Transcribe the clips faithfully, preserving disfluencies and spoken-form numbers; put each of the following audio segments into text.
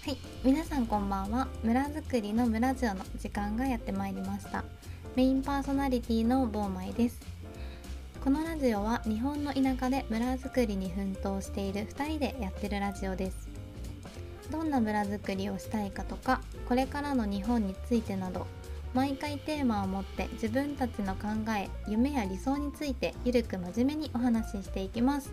はい、皆さんこんばんは。村づくりの村ジオの時間がやってまいりました。メインパーソナリティのボーマイです。このラジオは日本の田舎で村づくりに奮闘しているふたりでやってるラジオです。どんな村づくりをしたいかとか、これからの日本についてなど、毎回テーマを持って自分たちの考え、夢や理想についてゆるく真面目にお話ししていきます。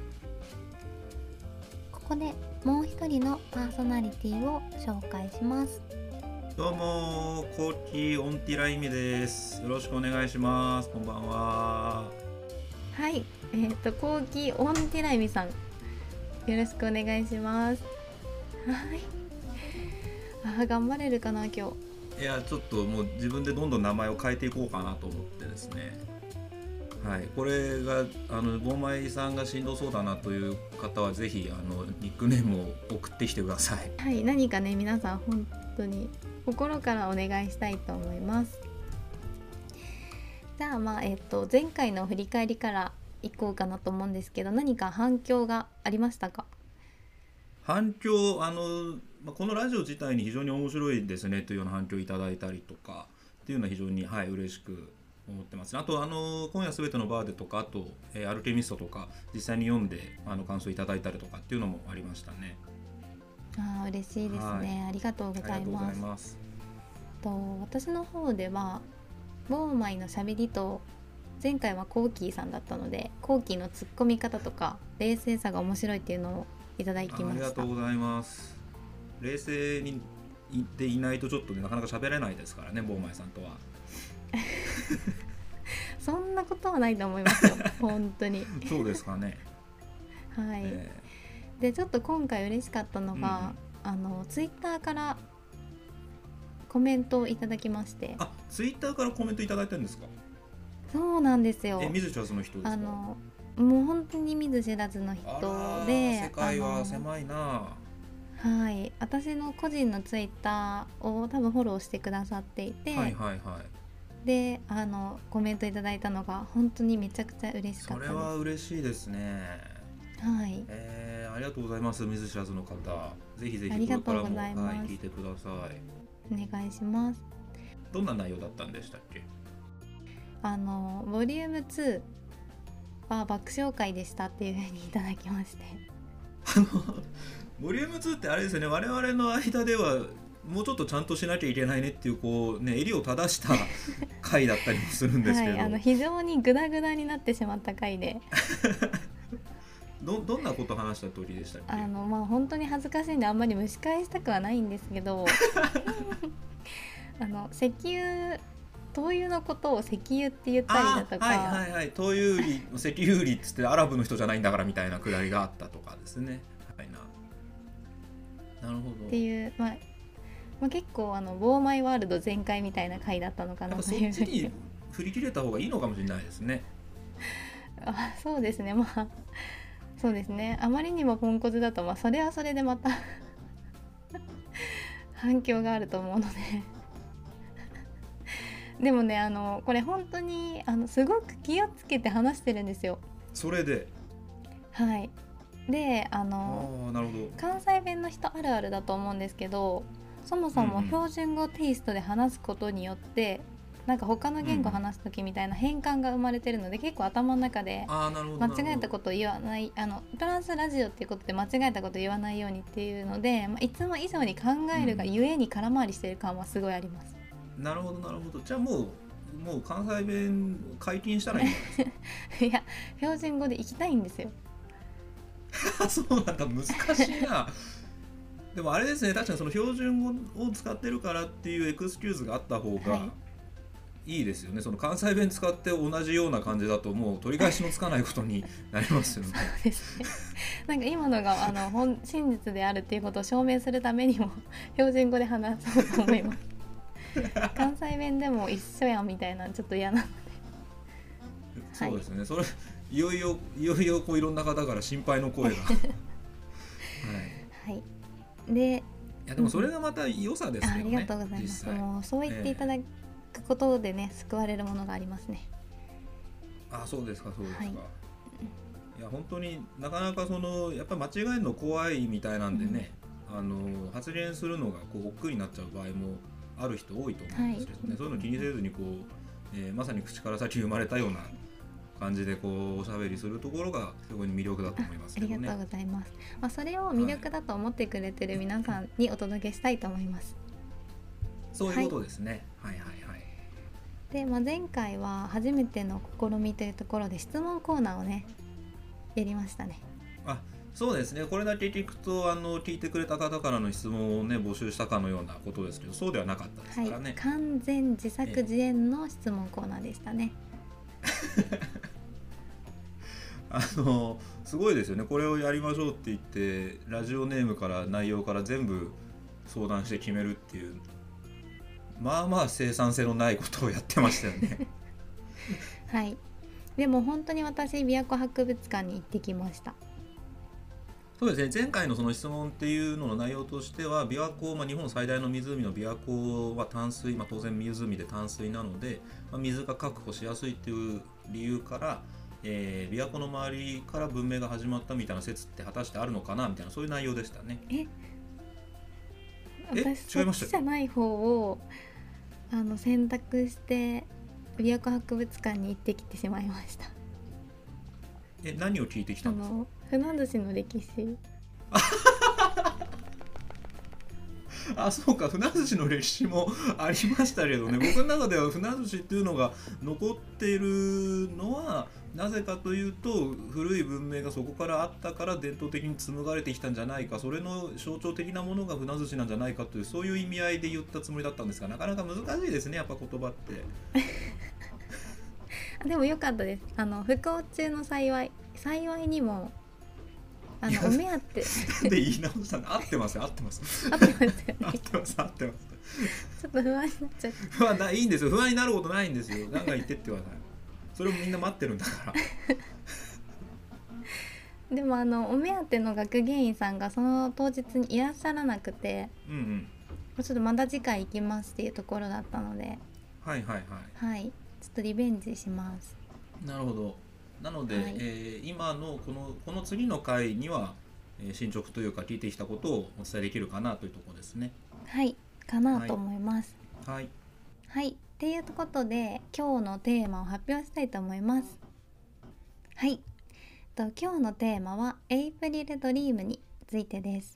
ここでもう一人のパーソナリティを紹介します。 どうもコーキーオンティライミです。よろしくお願いします。こんばんは。 はい、えっ、ー、とコーキーオンティライミさん、よろしくお願いします。はい、あ、頑張れるかな今日。 いやちょっともう自分でどんどん名前を変えていこうかなと思ってですね。はい、これがあのボーマイさんがしんどそうだなという方はぜひあのニックネームを送ってきてください。 はい、何かね皆さん本当に心からお願いしたいと思います。じゃあまあえっ、ー、と前回の振り返りからいこうかなと思うんですけど、何か反響がありましたか？ 反響あのこのラジオ自体に非常に面白いですねというような反響をいただいたりとかっていうのは非常に、はい、嬉しく思ってます。あとあの今夜すべてのバーでとか、あと、えー、アルケミストとか実際に読んであの感想いただいたりとかっていうのもありましたね。 あ、嬉しいですね、はい、ありがとうございます。ますと私の方ではボーマイのしゃべりと前回はコーキーさんだったので、コーキーのツッコミ方とか冷静さが面白いっていうのをいただきました。 ありがとうございます。冷静に言っていないとちょっとねなかなか喋れないですからね、ボーマイさんとは。 そんなことはないと思いますよ本当に。 そうですかね。 はい、えー、でちょっと今回嬉しかったのが、うん、あのツイッターからコメントをいただきまして。 あ、ツイッターからコメントいただいたんですか？ そうなんですよ。 え、見ず知らずの人ですか？ あのもう本当に見ず知らずの人で、 世界は狭いな。 はい、私の個人のツイッターを多分フォローしてくださっていて、 はいはいはい、 であのコメントいただいたのが本当にめちゃくちゃ嬉しかったです。 それは嬉しいですね。 はい、 えー、ありがとうございます。見ず知らずの方、ぜひぜひこれからも、はい、聞いてください。 お願いします。 どんな内容だったんでしたっけ？ あのボリュームツーは爆笑会でしたっていう風にいただきまして。 あのボリュームツーってあれですよね、我々の間ではもうちょっとちゃんとしなきゃいけないねっていうこうね襟を正した回だったりもするんですけど、 はい、あの非常にグダグダになってしまった回でど, どんなこと話した通りでしたっけ？ あのまあ本当に恥ずかしいんであんまり蒸し返したくはないんですけどあの石油灯油のことを石油って言ったりだとか、 はいはいはい、灯油売り石油売りっつってアラブの人じゃないんだからみたいなくだりがあったとかですね。はい、な, なるほどっていう、まあまあ、結構あのボーマイワールド全開みたいな回だったのかなという。 そっちに振り切れた方がいいのかもしれないですね。 あ、そうですね、まあそうですね、あまりにもポンコツだと、まあ、それはそれでまた反響があると思うのででもね、あのこれ本当にあのすごく気をつけて話してるんですよ。 それで、 はい、であのあ、なるほど、 関西弁の人あるあるだと思うんですけど、そもそも標準語テイストで話すことによって、うんうん、なんか他の言語話す時みたいな変換が生まれてるので、うん、結構頭の中で間違えたことを言わない、あのプランスラジオっていうことで間違えたことを言わないようにっていうので、まあ、いつも以上に考えるがゆえに空回りしてる感はすごいあります。 うん、なるほどなるほど。じゃあもうもう関西弁解禁したらいいんじゃないですか？ いや、標準語で行きたいんですよそうなんだ、難しいなでもあれですね、確かにその標準語を使ってるからっていうエクスキューズがあった方がいいですよね、はい、その関西弁使って同じような感じだともう取り返しのつかないことになりますよねそうですね、なんか今のがあの本真実であるっていうことを証明するためにも標準語で話そうと思います関西弁でも一緒やんみたいな、ちょっと嫌なのでそうですね、はい、それいよいよいよいよこういろんな方から心配の声がはい、 はい、で、 いやでもそれがまた良さですよね、 うん、ありがとうございます。もうそう言っていただくことでね、えー、救われるものがありますね。 あ、そうですかそうですか、はい、いや本当になかなかそのやっぱり間違えるの怖いみたいなんでね、 あの発言するのがこう億劫になっちゃう場合もある人多いと思うんですけどね、はい、そういうの気にせずにこう、えー、まさに口から先生まれたような感じでこうおしゃべりするところがすごい魅力だと思いますけどね。 ありがとうございます、まあ、それを魅力だと思ってくれてる皆さんにお届けしたいと思います、 はい、そういうことですね、はい、はいはいはいで、まあ、前回は初めての試みというところで質問コーナーをねやりましたね。 あ、そうですね。これだけ聞くとあの聞いてくれた方からの質問をね募集したかのようなことですけど、そうではなかったですからね、はい、 完全自作自演の質問コーナーでしたね、 あのすごいですよね。これをやりましょうって言ってラジオネームから内容から全部相談して決めるっていう、まあまあ生産性のないことをやってましたよねはい、でも本当に私琵琶湖博物館に行ってきました。 そうですね。前回のその質問っていうのの内容としては、琵琶湖、まあ、日本最大の湖の琵琶湖は淡水、まあ、当然湖で淡水なので、まあ、水が確保しやすいっていう理由から、えー、琵琶湖の周りから文明が始まったみたいな説って果たしてあるのかなみたいな、そういう内容でしたね。 え私そっちじゃない方をあの選択して琵琶湖博物館に行ってきてしまいました。 え、何を聞いてきたんですか？ 船寿司の歴史あ、そうか、船寿司の歴史もありましたけどね。僕の中では船寿司っていうのが残っているのはなぜかというと、古い文明がそこからあったから伝統的に紡がれてきたんじゃないか、それの象徴的なものが船寿司なんじゃないかという、そういう意味合いで言ったつもりだったんですが、なかなか難しいですね、やっぱ言葉ってでも良かったです。あの不幸中の幸い幸いにもあのお目当てで言い直したの。合ってますよ、合ってます合ってますよね合ってます合ってますちょっと不安になっちゃって不安だ、いいんですよ、不安になることないんですよ。何か言ってって言わない、それをみんな待ってるんだからでもあのお目当ての学芸員さんがその当日にいらっしゃらなくて、 うんうん、 ちょっとまた次回行きますっていうところだったので、 はいはいはいはい、ちょっとリベンジします。 なるほど。なので、 はい、 えー、今のこのこの次の回には、えー、進捗というか聞いてきたことをお伝えできるかなというところですね。 はいかなと思います。 はい、 はい、はい、っていうことで今日のテーマを発表したいと思います。はい、と今日のテーマはエイプリルドリームについてです。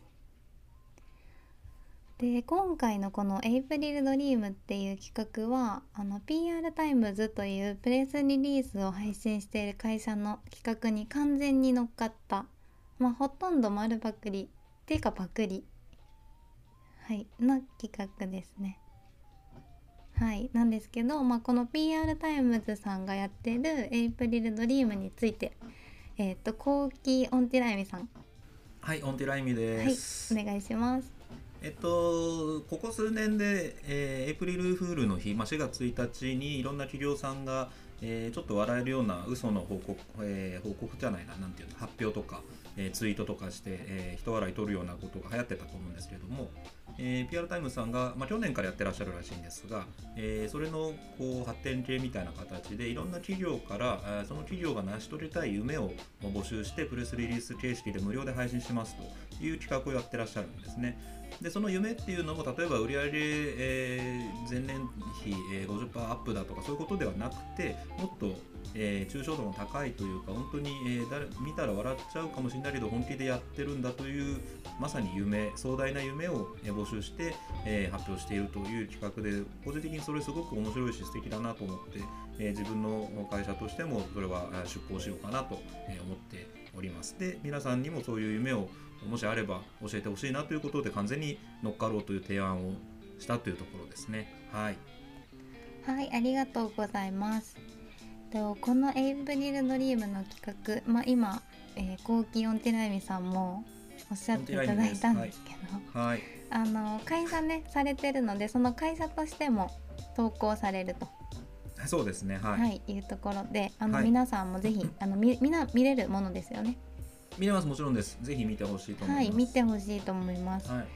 で今回のこのエイプリルドリームっていう企画はあの ピーアール タイムズというプレスリリースを配信している会社の企画に完全に乗っかった、まあ、ほとんど丸パクリっていうかパクリ、はい、の企画ですね。はい、なんですけど、まあ、この ピーアール タイムズさんがやってるエイプリルドリームについて、えっ、ー、とコウキオンティライミさん、 はい、オンティライミです。 はい、お願いします。 えっと、ここ数年で、えー、エイプリルフールの日、まあ、しがついたちにいろんな企業さんが、えー、ちょっと笑えるような嘘の報告、えー、報告じゃないな、なんていうの、発表とか、えー、ツイートとかして、えー、人笑い取るようなことが流行ってたと思うんですけれども、えー、ピーアール タイムズさんが、まあ、去年からやってらっしゃるらしいんですが、えー、それのこう発展系みたいな形でいろんな企業から、えー、その企業が成し遂げたい夢を募集してプレスリリース形式で無料で配信しますという企画をやってらっしゃるんですね。でその夢っていうのも例えば売上、えー、前年比、えー、ごじゅっパーセント アップだとかそういうことではなくて、もっと、えー、抽象度の高いというか本当に、えー、誰見たら笑っちゃうかもしれないけど本気でやってるんだというまさに夢、壮大な夢を、えー、募集して、えー、発表しているという企画で、個人的にそれすごく面白いし素敵だなと思って、えー、自分の会社としてもそれは出向しようかなと思っております。で皆さんにもそういう夢をもしあれば教えてほしいなということで完全に乗っかろうという提案をしたというところですね。はい、 はい、ありがとうございます。とこのエイプリルドリームの企画、まあ、今、えー、コウキオンティライミさんもおっしゃっていただいたんですけど、 はいはい、 あの会社ねされてるのでその会社としても投稿されると。 そうですね、はい、 はい、いうところであの、 はい、 皆さんもぜひあのみみな見れるものですよね。 見れます、もちろんです。ぜひ見てほしいと思います。 はい、見てほしいと思います。 はい、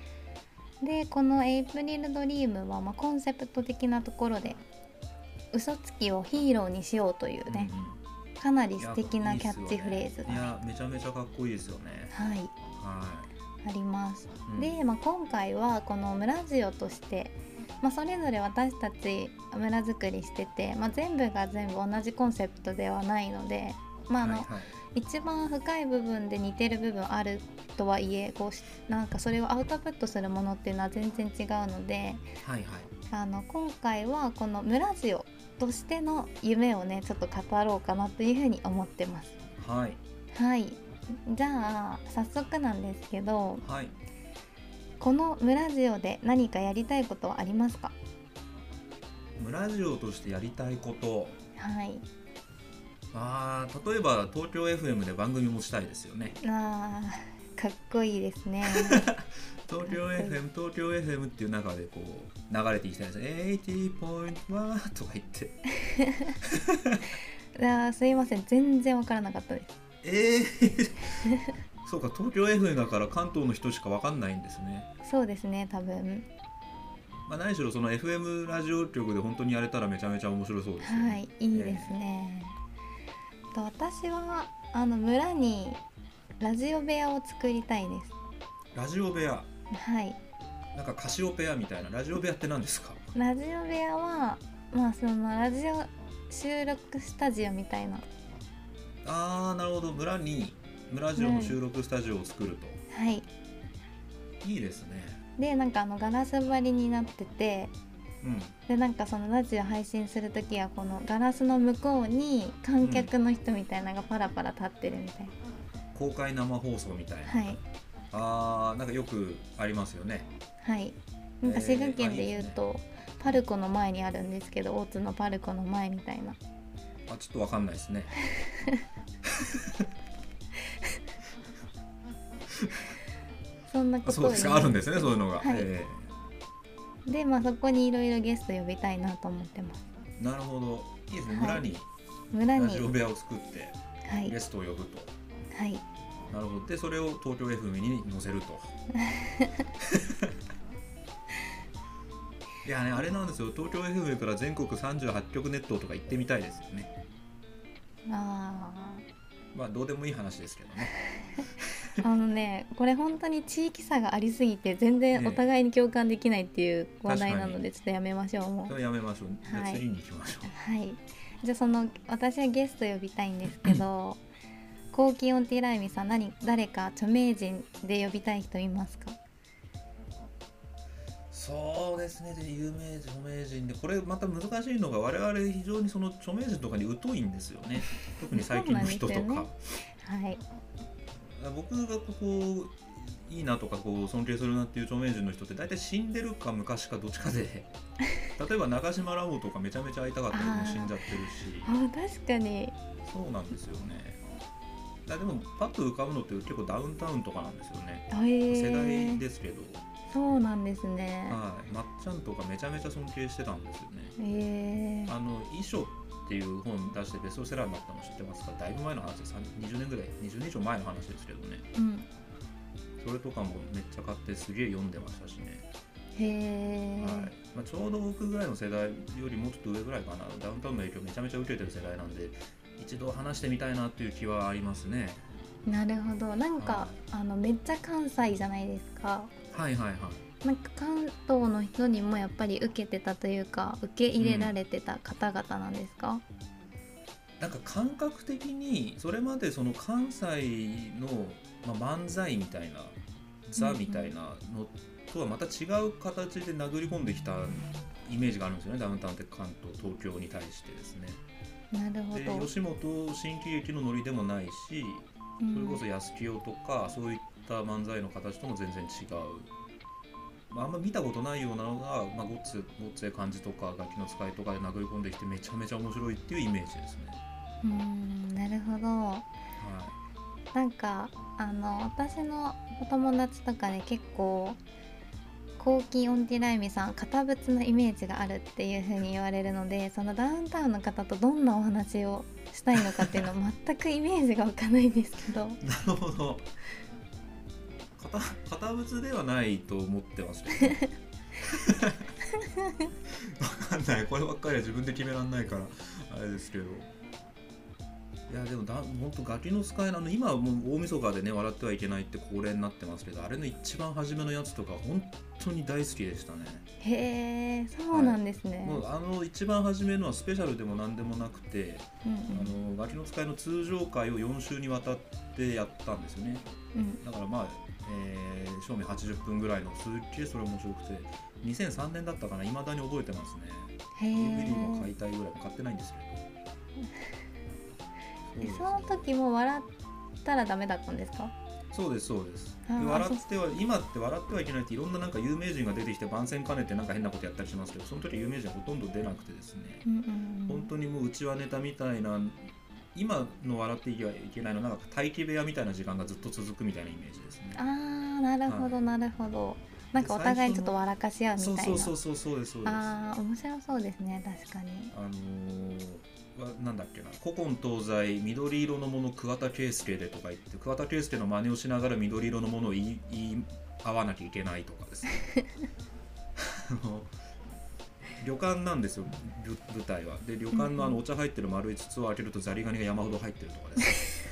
でこのエイプリルドリームは、まあ、コンセプト的なところで嘘つきをヒーローにしようというね、うんうん、かなり素敵なキャッチフレーズが、 いや、めちゃめちゃかっこいいですよね。 はい、 はあります、 うん、 で、まあ、今回はこの村ジオとして、まあ、それぞれ私たち村づくりしてて、まあ、全部が全部同じコンセプトではないので、まああの、 はいはい、 一番深い部分で似てる部分あるとはいえ、こうなんかそれをアウトプットするものっていうのは全然違うので、 はいはい、 あの今回はこの村ジオとしての夢をねちょっと語ろうかなというふうに思ってます。 はい、 はい、じゃあ早速なんですけど、 はい、 この村ジオで何かやりたいことはありますか？ 村ジオとしてやりたいこと、 はい、 あー、例えば東京 エフエム で番組もしたいですよね。 あーかっこいいですね東京 エフエム 東京 エフエム っていう中でこう流れていきたいですね。はちじゅうてんいち とか言ってあーすいません、全然わからなかったです。 えー、そうか、東京 エフエム だから関東の人しかわかんないんですね。 そうですね、多分。 まあ、何しろその エフエム ラジオ局で本当にやれたらめちゃめちゃ面白そうですよね。 はい、いいですね、えー、と私はあの村にラジオ部屋を作りたいです。 ラジオ部屋、 はい、 なんかカシオペアみたいな。ラジオ部屋って何ですか？ ラジオ部屋はまあそのラジオ収録スタジオみたいな。 あー、なるほど。村に村ジオの収録スタジオを作ると、 うん、はい、 いいですね。 でなんかあのガラス張りになってて、 うん、 でなんかそのラジオ配信するときはこのガラスの向こうに観客の人みたいなのがパラパラ立ってるみたいな、 公開生放送みたいな、 はい、 あー、なんかよくありますよね。 はい、なんか滋賀県で言うと、 えーいいですね、 パルコの前にあるんですけど、大津のパルコの前みたいな。 あ、ちょっとわかんないですねそんなことそうですか、あるんですね、そういうのが、 はい、 えでまあそこにいろいろゲスト呼びたいなと思ってます。 ー、なるほど、いいですね、 はい、 村に村にラジオ部屋を作ってはいゲストを呼ぶと、 はい、 なるほど。でそれを東京 エフエム に載せるといやね、あれなんですよ、東京 エフエム から全国さんじゅうはち局ネットとか行ってみたいですよね。 あまあどうでもいい話ですけどねあのねこれ本当に地域差がありすぎて全然お互いに共感できないっていう話題なので、ちょっとやめましょう。もうそれやめましょう。じゃあはい次に行きましょう。 はい、じゃあその私はゲスト呼びたいんですけどコウキオンティライミさん、何誰か著名人で呼びたい人いますか？ そうですね、で有名人、著名人で、これまた難しいのが、我々非常にその著名人とかに疎いんですよね。特に最近の人とか、 そうなんですよね。はい、 僕がここいいなとかこう尊敬するなっていう著名人の人って大体死んでるか昔かどっちかで例えば長島ラモとかめちゃめちゃ会いたかったけども死んじゃってるし、 あ確かにそうなんですよね。だでもパッと浮かぶのって結構ダウンタウンとかなんですよね。 へー世代ですけど、 そうなんですね。 はい、まっちゃんとかめちゃめちゃ尊敬してたんですよね。 へーあの遺書っていう本出してベストセラーになったの知ってますか？だいぶ前の話です。にじゅうねんぐらい、にじゅうねん以上前の話ですけどね。 うん、 それとかもめっちゃ買ってすげえ読んでましたしね。 へー、 はい、まあ、ちょうど僕ぐらいの世代よりもうちょっと上ぐらいかな。ダウンタウンの影響めちゃめちゃ受けてる世代なんで、一度話してみたいなっていう気はありますね。 なるほど。なんか、 はあのめっちゃ関西じゃないですか。 はいはいはい。 なんか関東の人にもやっぱり受けてたというか受け入れられてた方々なんですか？ なんか感覚的にそれまでその関西の、まあ、漫才みたいなザみたいなのとはまた違う形で殴り込んできたイメージがあるんですよね。ダウンタウンって関東、東京に対してですね。 なるほでど。 吉本新喜劇のノリでもないし、それこそ安清とかそういった漫才の形とも全然違う、まあ、あんま見たことないようなのが、まあ、ごっつごっつえ感じとかガキの使いとかで殴り込んできてめちゃめちゃ面白いっていうイメージですね。 うーん、なるほど。 はなんかあの私のお友達とかで結構コウキオンティライミさん堅物のイメージがあるっていう風に言われるので、そのダウンタウンの方とどんなお話をしたいのかっていうの全くイメージが湧かないんですけどい、なるほど。堅物ではないと思ってますけどねわかんない、こればっかりは自分で決めらんないからあれですけど、 いやでもだ本当ガキの使いのあの今はもう大晦日でね笑ってはいけないって恒例になってますけど、あれの一番初めのやつとか本当に大好きでしたね。 へえ、そうなんですね。 はい、もうあの一番初めのはスペシャルでも何でもなくて、 うんうん、 あのガキの使いの通常回をよん週にわたってやったんですよね。 うん、 だからまあ、えー、正味はちじゅっぷんぐらいのすっげえそれ面白くて、にせんさんねんだったかな、未だに覚えてますね。 へえ。 ディーブイディー は買いたいぐらい、買ってないんですけど。 えその時も笑ったらダメだったんですか？ そうですそうです。であ笑っては今って笑ってはいけないっていろんななんか有名人が出てきて番宣兼ねてなんか変なことやったりしますけど、その時有名人はほとんど出なくてですね、 うんうんうん、 本当にもううちわネタみたいな、今の笑っていけないのなんか待機部屋みたいな時間がずっと続くみたいなイメージですね。 あー、なるほどなるほど、なんかお互いちょっと笑かし合うみたいな。 そうそうそうそうそうですそうです。 あー、面白そうですね、確かに。 あのーなんだっけな、古今東西緑色のもの桑田佳祐でとか言って桑田佳祐の真似をしながら緑色のものを言い、言い合わなきゃいけないとかですね旅館なんですよ舞台は。で旅館のあのお茶入ってる丸い筒を開けるとザリガニが山ほど入ってるとかです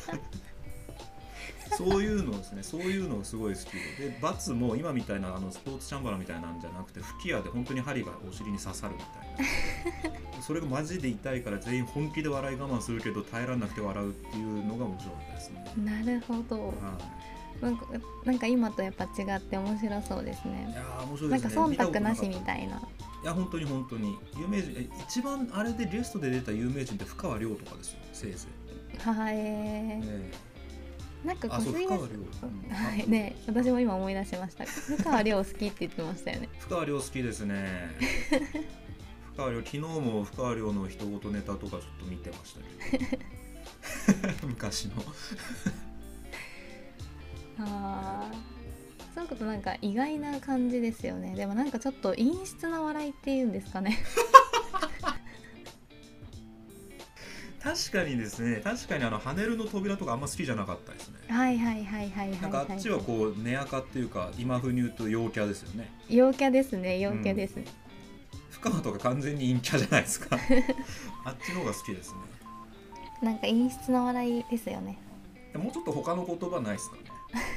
そういうのですね、そういうのがすごい好きで、で罰も今みたいなあのスポーツチャンバラみたいなんじゃなくて吹き矢で本当に針がお尻に刺さるみたいなそれがマジで痛いから全員本気で笑い我慢するけど耐えられなくて笑うっていうのが面白かったですね。 なるほど、 はい、 なんか、なんか今とやっぱ違って面白そうですね。 いや面白いですね。 なんか忖度なしみたいな。 いや本当に本当に有名人、一番あれでゲストで出た有名人って深川亮とかですよ、せいぜい。 はい、えーねなんかあそう深川亮、 うん、はいね、私も今思い出しました。深川亮好きって言ってましたよね。 深川亮好きですね深川亮、昨日も深川亮の一言ネタとかちょっと見てましたけど昔のあー、そういうことなんか意外な感じですよね。でもなんかちょっと陰湿な笑いっていうんですかね確かにですね、確かにあの跳ねるの扉とかあんま好きじゃなかったですね。 はいはいはいはいはい、はい、 なんかあっちはこう根垢っていうか今風に言うと陽キャですよね。 陽キャですね、陽キャですね、うん、 深川とか完全に陰キャじゃないですかあっちの方が好きですね。 なんか陰湿な笑いですよね。 もうちょっと他の言葉ないですかね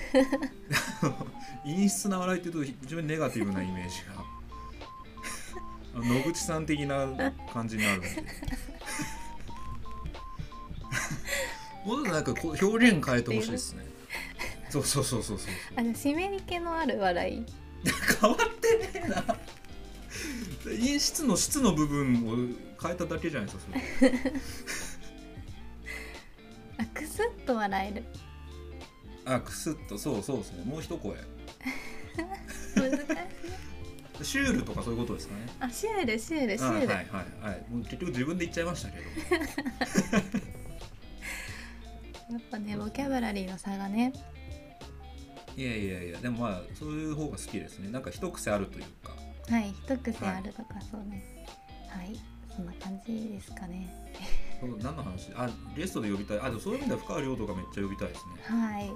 陰湿な笑いっていうと非常にネガティブなイメージが野口さん的な感じになるんでもうちょっとなんかこう表現変えてほしいですね。そうそうそうそうそう。 あの湿り気のある笑い変わってねえな陰湿の質の部分を変えただけじゃないですかそれあ、クスッと笑える。 あ、クスッと、そうそうですね、もう一声難しいシュールとかそういうことですかね。 あ、シュールシュールシュール、 はいはいはい、もう結局自分で言っちゃいましたけどやっぱね、ボキャブラリーの差がね。 いやいやいや、でもまあそういう方が好きですね。なんか一癖あるというか。 はい、一癖あるとか、そうね。はい、はい、そんな感じですかね。 そう何の話？あ、ゲストで呼びたい。あ、でもそういう意味では深川亮とかめっちゃ呼びたいですね。 はい。 はい、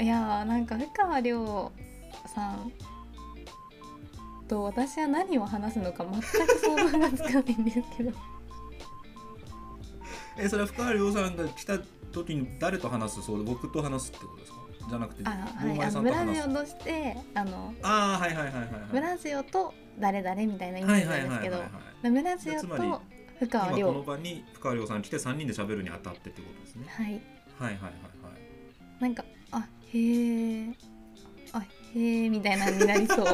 いやー、なんか深川亮さんと私は何を話すのか全く想像がつかないんですけど。 え、それは深川亮さんが来た時に誰と話すそうで、僕と話すってことですか？じゃなくて、 あ、はい、あのブラジオとしてあのあーはいはいはいはい、はい、 ブラジオと誰々みたいなイメージなんですけど、ブラジオと深川亮、 今この場に深川亮さん来てさんにんで喋るにあたってってことですね。 はい、 はいはいはいはい。 なんかあへーあへーみたいなのになりそうい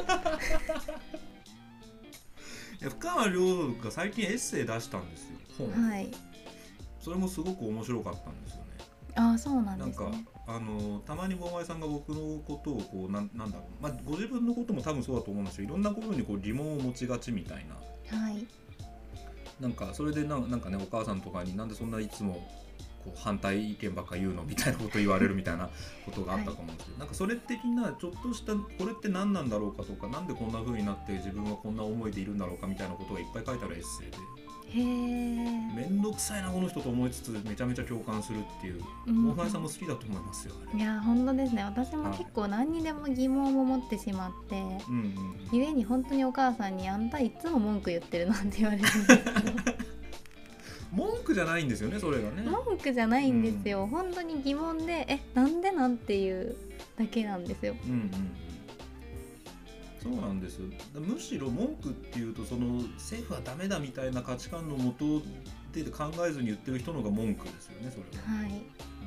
や深川亮が最近エッセイ出したんですよ、本。 はい。 それもすごく面白かったんですよね。 ああ、そうなんですね。 なんかあのたまに坊前さんが僕のことをこうな、なんだろう、まあ、ご自分のことも多分そうだと思うんですけど、いろんなことにこう疑問を持ちがちみたいな。 はい。 なんかそれでな、なんかね、お母さんとかになんでそんないつもこう反対意見ばっか言うのみたいなこと言われるみたいなことがあったと思うんですけど、はい、なんかそれ的なちょっとしたこれって何なんだろうかとか、なんでこんな風になって自分はこんな思いでいるんだろうかみたいなことがいっぱい書いてあるエッセイで、 へー、 めんどくさいなこの人と思いつつめちゃめちゃ共感するっていう、 うん、 大前さんも好きだと思いますよ。 いや本当ですね。私も結構何にでも疑問を持ってしまって、はい、 うんうん、 ゆえに本当にお母さんにあんたいつも文句言ってるなんて言われるんですけど文句じゃないんですよねそれがね。 文句じゃないんですよ、うん、本当に疑問でえなんでなんていうだけなんですよ。 うんうんうん、そうなんです。むしろ文句っていうとその政府はダメだみたいな価値観のもとで考えずに言ってる人のが文句ですよねそれは。はい、うん、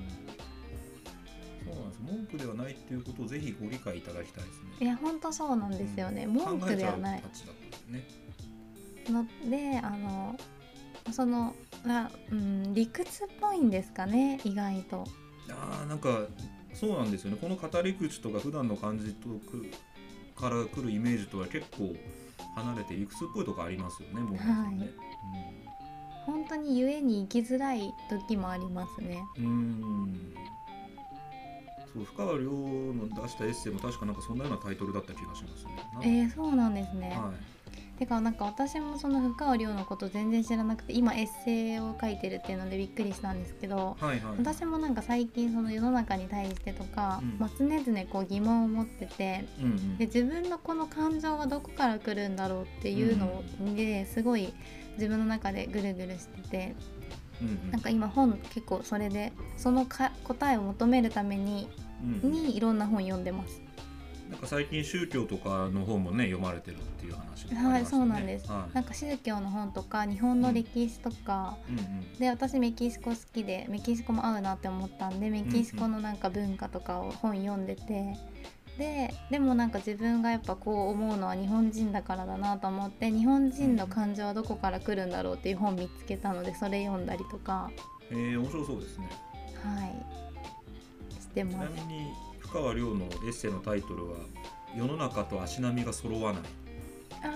そうなんです。文句ではないっていうことをぜひご理解いただきたいですね。 いや本当そうなんですよね、うん、文句ではない。 考えちゃう価値だったね。 のであのそのら、うん、理屈っぽいんですかね意外と。 あーなんかそうなんですよね。この語り口とか普段の感じとくから来るイメージとは結構離れて理屈っぽいとこありますよね。もうね、はい、うん、 本当に故に生きづらい時もありますね。 うーんそう深川亮の出したエッセイも確かなんかそんなようなタイトルだった気がしますね。 えー、そうなんですね。はい、てかなんか私もその深川亮のこと全然知らなくて今エッセイを書いてるっていうのでびっくりしたんですけど、はいはい、私もなんか最近その世の中に対してとか、うんまあ、常々こう疑問を持ってて、うんうん、で自分のこの感情はどこから来るんだろうっていうのですごい自分の中でぐるぐるしてて、うんうん、なんか今本結構それでそのか答えを求めるために、うん、にいろんな本読んでます。 なんか最近宗教とかの本もね読まれてるっていう話もありますね。 はい、そうなんです、はい、なんか宗教の本とか日本の歴史とか、うんうんうん、で私メキシコ好きでメキシコも合うなって思ったんでメキシコのなんか文化とかを本読んでて、で, でもなんか自分がやっぱこう思うのは日本人だからだなと思って日本人の感情はどこから来るんだろうっていう本見つけたのでそれ読んだりとか。 えー、面白そうですね。 はいしてます。 ちなみに深川亮のエッセイのタイトルは世の中と足並みが揃わない。 あ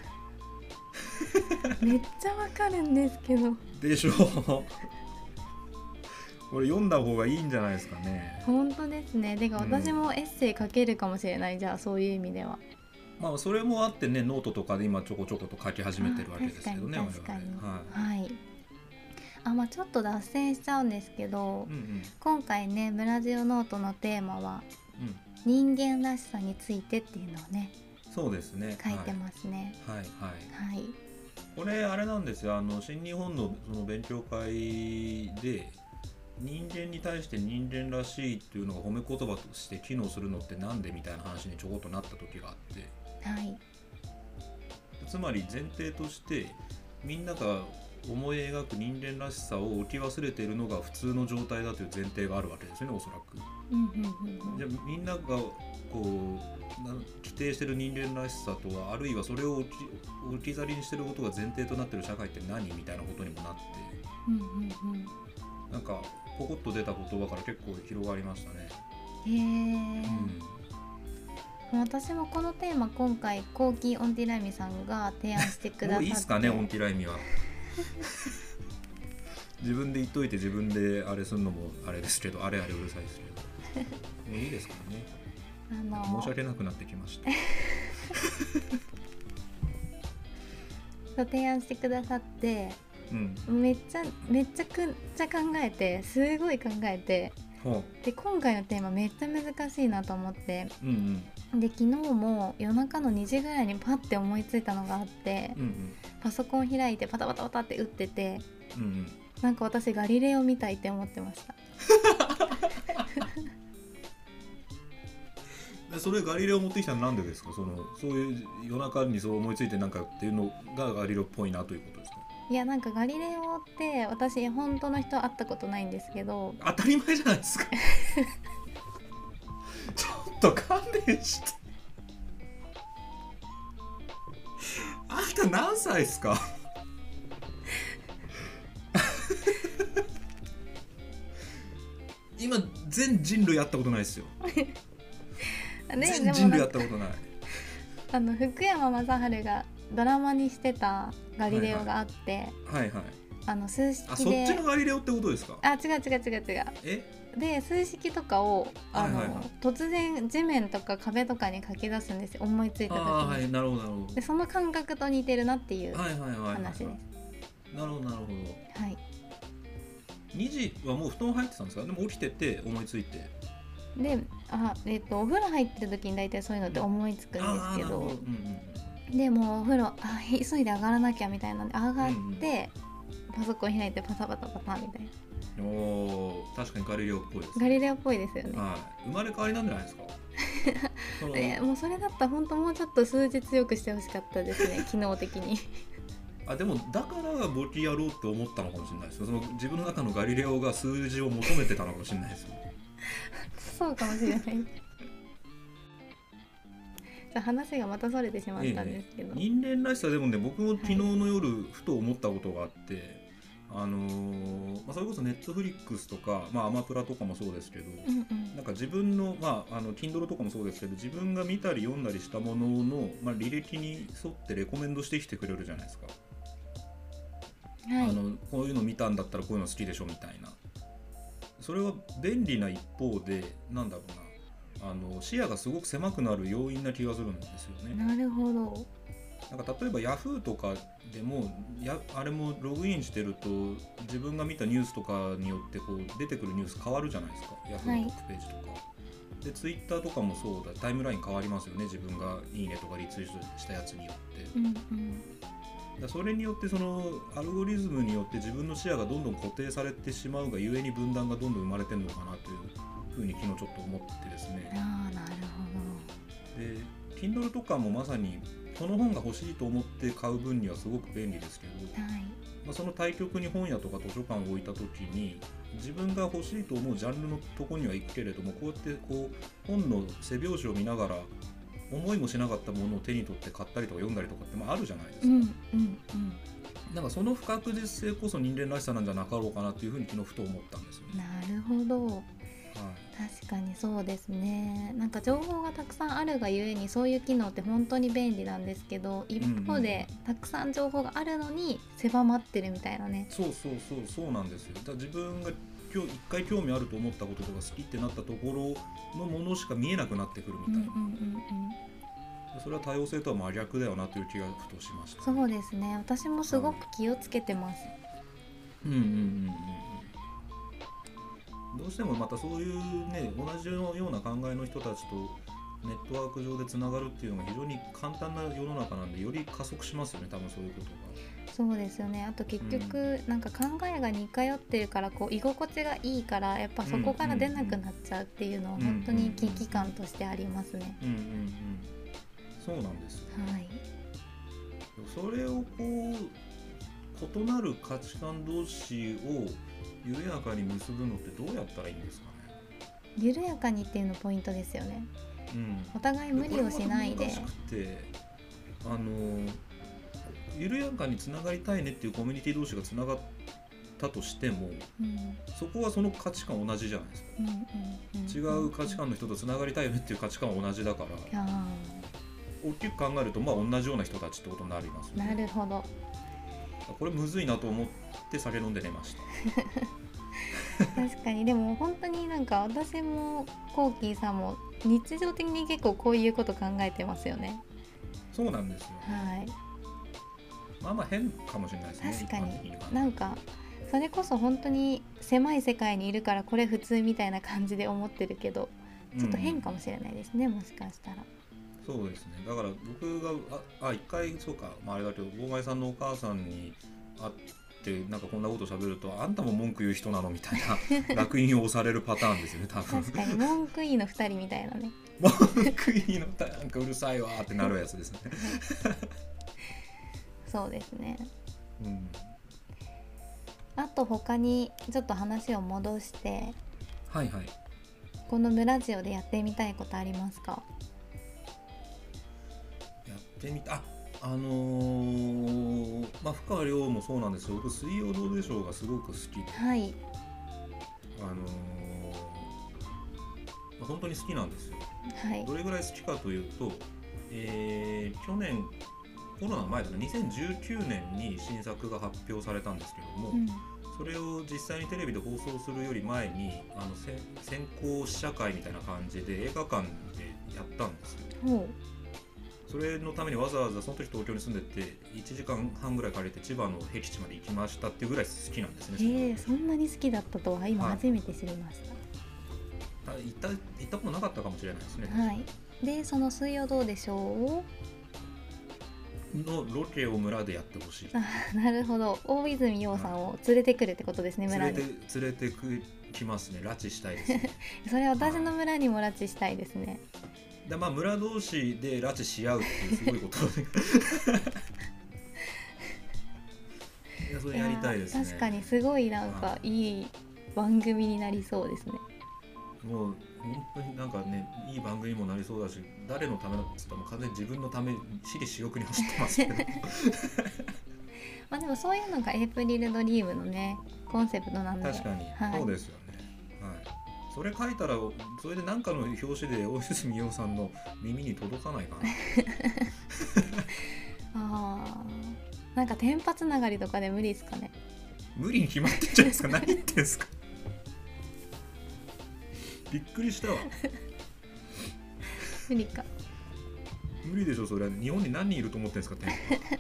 めっちゃわかるんですけどでしょこれ読んだ方がいいんじゃないですかね。 本当ですね。でか私もエッセイ書けるかもしれない、うん、じゃあそういう意味ではまあそれもあってねノートとかで今ちょこちょこと書き始めてるわけですけどね。 確かに確かに、はい、はい、あまあ、ちょっと脱線しちゃうんですけど、うんうん、今回ねブラジオノートのテーマは、うん、人間らしさについてっていうのをねそうですね書いてますね。 はいはいはい、はい、これあれなんですよ。あの新日本のその勉強会で人間に対して人間らしいっていうのが褒め言葉として機能するのってなんでみたいな話にちょこっとなった時があって、はい、つまり前提としてみんなが思い描く人間らしさを置き忘れているのが普通の状態だという前提があるわけですよねおそらく。じゃあみんながこう規定している人間らしさとはあるいはそれを置き、置き去りにしていることが前提となっている社会って何みたいなことにもなって、うんうんうん、なんかポコッと出た言葉から結構広がりましたね。 へー、うん、私もこのテーマ今回コーキー・オンティライミさんが提案してくださってもういいっすかねオンティライミは自分で言っといて自分であれするのもあれですけどあれあれうるさいですけどもういいですからね。あのー、申し訳なくなってきました提案してくださって、うん、めっちゃめっちゃくっちゃ考えてすごい考えてで今回のテーマめっちゃ難しいなと思って、うんうん、で昨日も夜中のにじぐらいにパッて思いついたのがあって、うんうん、パソコン開いてパタパタパタって打ってて、うんうん、なんか私ガリレオみたいって思ってましたそれガリレオ持ってきたのなんでですか。そのそういう夜中にそう思いついてなんかっていうのがガリレオっぽいなということですか。 いやなんかガリレオって私本当の人会ったことないんですけど当たり前じゃないですかちょっと勘弁してあんた何歳ですか今全人類会ったことないですよね、全人類会ったことないあの福山雅治がドラマにしてたガリレオがあって、はいはいはいはい、あの数式であそっちのガリレオってことですか。 あ違う違う違う違うえで数式とかをあの、はいはいはい、突然地面とか壁とかに書き出すんですよ思いついた時に。あ、はい、なるほどなるほど。でその感覚と似てるなっていう話です。はいはいはいはい、なるほどなるほど。はいにじはもう布団入ってたんですか。でも起きてて思いついてであ、えー、とお風呂入ってる時に大体そういうのって思いつくんですけど、うんうん、でもお風呂あ急いで上がらなきゃみたいなんで上がって、うんうん、 パソコン開いてパタパタパタみたいな。 おー、確かにガリレオっぽいですね。 ガリレオっぽいですよね。 はい、生まれ変わりなんじゃないですか。そのえもうそれだったら本当もうちょっと数日よくしてほしかったですね機能的に。 あでもだから簿記やろうって思ったのかもしれないですよ。その自分の中のガリレオが数字を求めてたのかもしれないですよ。 そうかもしれない。話がまたそれてしまったんですけど、 ええ、人間らしさでもね、僕も昨日の夜ふと思ったことがあって、はい、あのーまあ、それこそネットフリックスとか、まあ、アマプラとかもそうですけど、うんうん、なんか自分の、まあ、あの Kindle とかもそうですけど、自分が見たり読んだりしたものの、まあ、履歴に沿ってレコメンドしてきてくれるじゃないですか。はい、あのこういうの見たんだったらこういうの好きでしょみたいな。それは便利な一方で、なんだろうな、あの視野がすごく狭くなる要因な気がするんですよね。 なるほど。 なんか例えば Yahoo とかでもやあれもログインしてると自分が見たニュースとかによってこう出てくるニュース変わるじゃないですか。 Yahoo のトップページとか、はい、で Twitter とかもそうだ、タイムライン変わりますよね。自分がいいねとかリツイートしたやつによって、うんうん、だそれによってそのアルゴリズムによって自分の視野がどんどん固定されてしまうがゆえに分断がどんどん生まれてるのかなというふうに昨日ちょっと思ってですね。 あー、なるほど。 で Kindle とかもまさにこの本が欲しいと思って買う分にはすごく便利ですけど、はい、まあ、その対極に本屋とか図書館を置いた時に自分が欲しいと思うジャンルのとこには行くけれども、こうやってこう本の背表紙を見ながら思いもしなかったものを手に取って買ったりとか読んだりとかってまああるじゃないですか、うんうんうん、なんかその不確実性こそ人間らしさなんじゃなかろうかなというふうに昨日ふと思ったんですよね。 なるほど、はい、確かにそうですね。なんか情報がたくさんあるがゆえにそういう機能って本当に便利なんですけど、一方でたくさん情報があるのに狭まってるみたいなね。 そうそうそうそうなんですよ。だから自分が今日一回興味あると思ったこととか好きってなったところのものしか見えなくなってくるみたいな、うんうんうんうん、それは多様性とは真逆だよなという気がふとしました。 そうですね、私もすごく気をつけてます、はい、 うんうんうんうん、どうしてもまたそういうね、同じような考えの人たちとネットワーク上でつながるっていうのが非常に簡単な世の中なんで、より加速しますよね、多分そういうことが。 そうですよね。あと結局、うん、なんか考えが似通ってるからこう居心地がいいからやっぱそこから出なくなっちゃうっていうのは本当に危機感としてありますね。 うんうんうん、そうなんですよ、 はい、 それをこう異なる価値観同士を緩やかに結ぶのってどうやったらいいんですかね。 緩やかにっていうのポイントですよね、うん、お互い無理をしないで。 難しくて、あの緩やかにつながりたいねっていうコミュニティ同士がつながったとしても、うん、そこはその価値観同じじゃないですか、うんうんうんうん、違う価値観の人とつながりたいよねっていう価値観は同じだから、大きく考えるとまあ同じような人たちってことになりますよね。 なるほど。 これむずいなと思って酒飲んで寝ました確かに。でも本当になんか私もコーキーさんも日常的に結構こういうこと考えてますよね。 そうなんですよ、 はい、 まあまあ変かもしれないですね。 確かになんかそれこそ本当に狭い世界にいるからこれ普通みたいな感じで思ってるけど、ちょっと変かもしれないですね、うん、もしかしたら。 そうですね。だから僕がああ一回そうか、まあ、あれだけど大前さんのお母さんに会ってなんかこんなこと喋ると、あんたも文句言う人なのみたいな烙印を押されるパターンですよね、多分。 確かに文句言いのふたりみたいなね。 文句言いのふたりなんかうるさいわってなるやつですね。 そうですね、 うん、 あと他にちょっと話を戻して、 はいはい、 このブラジオでやってみたいことありますか？ やってみた、あ、あのー、まあ深川亮もそうなんですけど、僕水曜どうでしょうがすごく好きで、 はい、 あのーまあ、本当に好きなんですよ、 はい、 どれぐらい好きかというと、えー、去年コロナの前だね、にせんじゅうきゅうねんに新作が発表されたんですけども、うん、それを実際にテレビで放送するより前にあの先行試写会みたいな感じで映画館でやったんですよ。 ほう。 それのためにわざわざその時東京に住んでていちじかんはんぐらい借りて千葉の僻地まで行きましたっていうぐらい好きなんですね。 へえ、そんなに好きだったとは今初めて知りました、 はい、行った、行ったことなかったかもしれないですね。 はい。でその水曜どうでしょうをのロケを村でやってほしい。 あ、なるほど。大泉洋さんを連れてくるってことですね、村に。 連れて連れてくきますね。拉致したいですね。 それ私の村にも拉致したいですね。 でまあ村同士で拉致し合うっていうすごいことでいやそれやりたいですね。 確かにすごいなんかいい番組になりそうですね。 もう本当になんかね、いい番組にもなりそうだし、誰のためだって言ったらもう完全に自分のため私利私欲に走ってますけどまあでもそういうのがエイプリルドリームのねコンセプトなんで。 確かに、 はい、 そうですよね。はい。それ書いたらそれで何かの表紙で大泉洋さんの耳に届かないかなあー、なんか天パつながりとかで無理ですかね。 無理に決まってんじゃないですか。何言ってんですかびっくりしたわ無理か。 無理でしょそれ。日本に何人いると思ってんですか天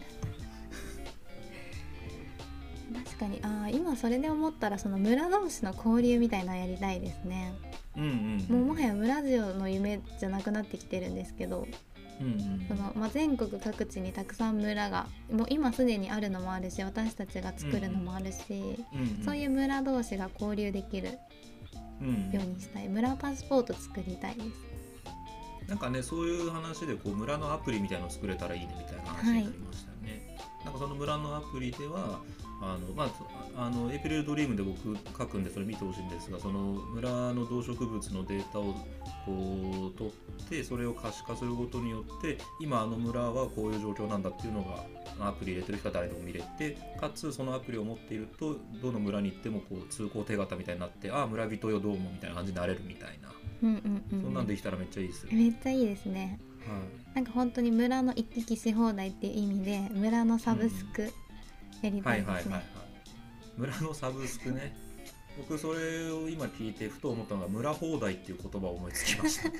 パ確かに。あ、今それで思ったらその村同士の交流みたいなのやりたいですね。 うんうん、 もうもはや村ジオの夢じゃなくなってきてるんですけど、 うんうん、 そのまあ、全国各地にたくさん村がもう今すでにあるのもあるし、私たちが作るのもあるし、 うんうん、 そういう村同士が交流できるようにしたい、うん、村パスポート作りたいです。 なんかね、そういう話でこう村のアプリみたいなの作れたらいいねみたいな話になりましたよね。はい、なんかその村のアプリではあの、まあ、あのエイプリルドリームで僕書くんでそれ見てほしいんですが、その村の動植物のデータをこう取ってそれを可視化することによって今あの村はこういう状況なんだっていうのがアプリ入れてる人は誰でも見れて、かつそのアプリを持っているとどの村に行ってもこう通行手形みたいになって、ああ村人よどうもみたいな感じになれるみたいな、 うんうんうん、 そんなんできたらめっちゃいいですよ。 めっちゃいいですね。はい、なんか本当に村の行き来し放題っていう意味で村のサブスクやりたいですね。はいはいはいはい、 村のサブスクね僕それを今聞いてふと思ったのが村放題っていう言葉を思いつきましたね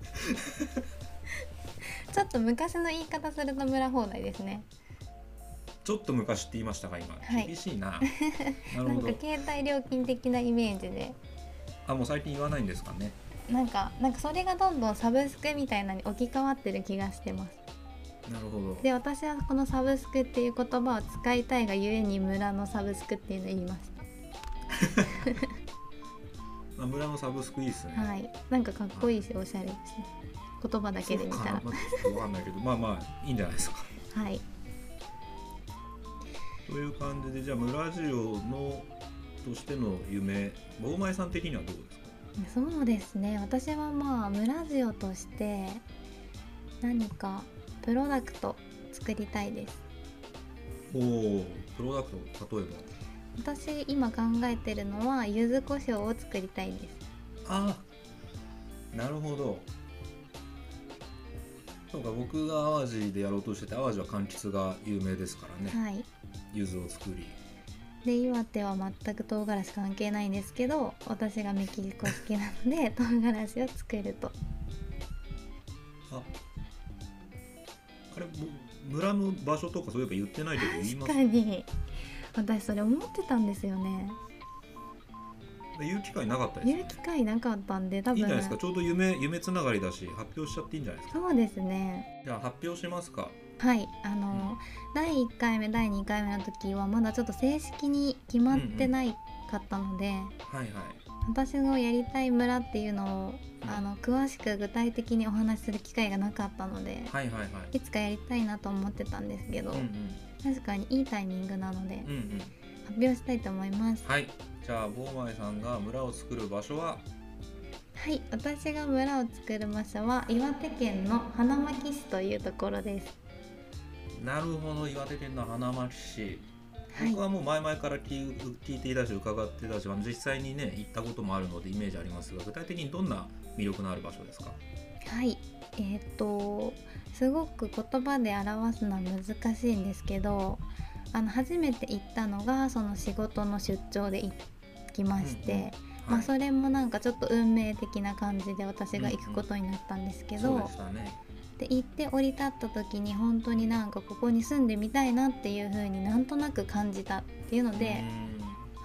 ちょっと昔の言い方すると村放題ですね。 ちょっと昔って言いましたが今、はい、厳しいな。 なるほど。なんか携帯料金的なイメージで。 あ、もう最近言わないんですかね。 なんかなんかそれがどんどんサブスクみたいなに置き換わってる気がしてます。 なるほど。 で、私はこのサブスクっていう言葉を使いたいがゆえに村のサブスクっていうのを言いましたまあ村のサブスクいいですね。 はい、なんかかっこいいしおしゃれですね、言葉だけで見たら。 そうかな、わかんないけどまあまあいいんじゃないですか。 はい。 という感じで、じゃあ村ジオのとしての夢、大前さん的にはどうですか？ そうですね、私はまあ村ジオとして何かプロダクト作りたいです。 おお、プロダクト、例えば私今考えてるのは柚子胡椒を作りたいです。 ああ、なるほど。そうか、僕が淡路でやろうとしてて、淡路は柑橘が有名ですからね。 はい。 柚子を作り。 で、岩手は全く唐辛子関係ないんですけど、私がメキシコ好きなので唐辛子を作ると。 あ、あれ村の場所とかそういえば言ってないけど言います？ 確かに私それ思ってたんですよね。 言う機会なかったですね。 言う機会なかったんで、多分いいんじゃないですか。ちょうど夢夢つながりだし発表しちゃっていいんじゃないですか。 そうですね。 じゃあ発表しますか。 はい、あの、うん、だいいっかいめだいにかいめの時はまだちょっと正式に決まってないかったので、うんうん、はいはい、私のやりたい村っていうのを、うん、あの詳しく具体的にお話しする機会がなかったので、はいはいはい、いつかやりたいなと思ってたんですけど、うんうん、確かにいいタイミングなので、うんうん、発表したいと思います。 はい、じゃあボーマイさんが村を作る場所は？ はい、私が村を作る場所は岩手県の花巻市というところです。 なるほど、岩手県の花巻市、はい、僕はもう前々から聞いていたし伺ってたし、実際にね行ったこともあるのでイメージありますが、具体的にどんな魅力のある場所ですか？ はい、えー、っとすごく言葉で表すのは難しいんですけど、あの初めて行ったのがその仕事の出張で行きまして、うんうん、はい、まあ、それもなんかちょっと運命的な感じで私が行くことになったんですけど、うんうん、そうでしたね。で行って降り立った時に本当になんかここに住んでみたいなっていう風になんとなく感じたっていうので、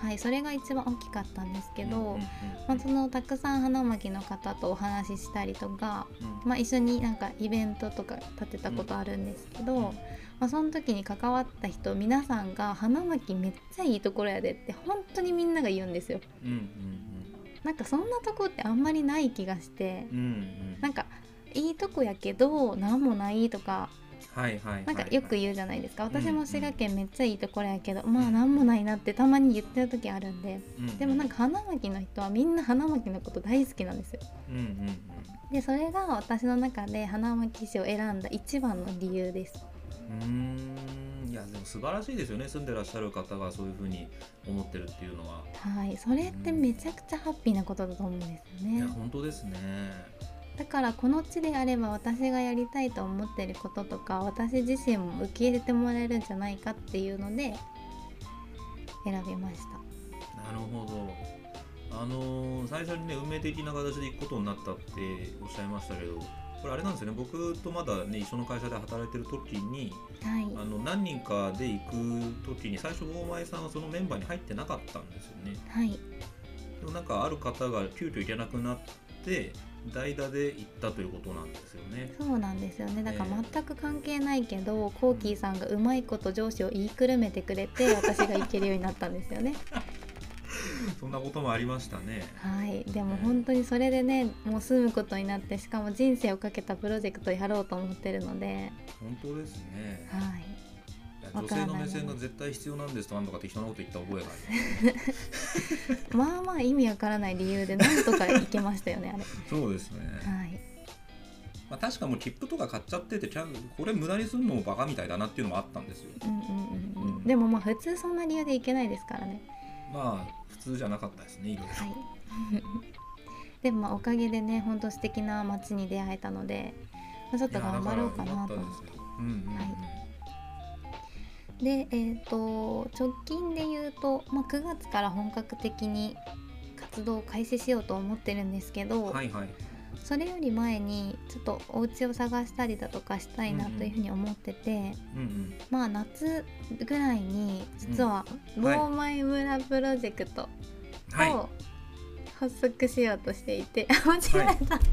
はい、それが一番大きかったんですけど、 うんうんうんまあ、そのたくさん花巻の方とお話ししたりとか、 うんまあ、一緒になんかイベントとか立てたことあるんですけど、 うんまあ、その時に関わった人皆さんが花巻めっちゃいいところやでって本当にみんなが言うんですよ。 うんうんなんかそんなとこってあんまりない気がして、 うんうんうんなんかいいとこやけどなんもないとかはいはいはいはい、 なんかよく言うじゃないですか。私も滋賀県めっちゃいいところやけど、 んまあなんもないなってたまに言ってる時あるんで、 うんうん、 でもなんか花巻の人はみんな花巻のこと大好きなんですよ。 うんうんうんでそれが私の中で花巻市を選んだ一番の理由です。 うーんいやでも素晴らしいですよね、住んでらっしゃる方がそういうふうに思ってるっていうのは。 はい、それってめちゃくちゃハッピーなことだと思うんですよね。 いや本当ですね。 だからこの地であれば私がやりたいと思っていることとか私自身も受け入れてもらえるんじゃないかっていうので選びました。 なるほど。あのー、最初にね運命的な形で行くことになったっておっしゃいましたけど、これあれなんですよね、僕とまだね一緒の会社で働いてる時に、 はい、 あの何人かで行く時に最初大前さんはそのメンバーに入ってなかったんですよね。 はい、 でもなんかある方が急遽行けなくなって代打で行ったということなんですよね。 そうなんですよね。だからええ全く関係ないけど、コーキーさんがうまいこと上司を言いくるめてくれて私が行けるようになったんですよね。 そんなこともありましたね。 はい、でも本当にそれでねもう住むことになって、しかも人生をかけたプロジェクトをやろうと思ってるので、 本当ですね。 はい、 いや女性の目線が絶対必要なんですとなんとか適当なこと言った覚えがあります。 まあまあ意味わからない理由でなんとか行けましたよねあれ。 そうですね。 はいまあ、確かもう切符とか買っちゃってて、これ無駄にするのもバカみたいだなっていうのもあったんですよ。 うんうんうんうんうんでもまあ普通そんな理由で行けないですからね。 まあ普通じゃなかったですね、いろいろ。 はいでもまあおかげでね本当素敵な街に出会えたので、まあ、ちょっと頑張ろうかなと思って。 うんうんうん、 はいで、えー、と直近で言うと、まあ、くがつから本格的に活動を開始しようと思ってるんですけど、 はいはい。 それより前にちょっとお家を探したりだとかしたいなというふうに思ってて、 うんうんまあ夏ぐらいに実はうんはいボーマイ村プロジェクトはいを発足しようとしていて、間違えた、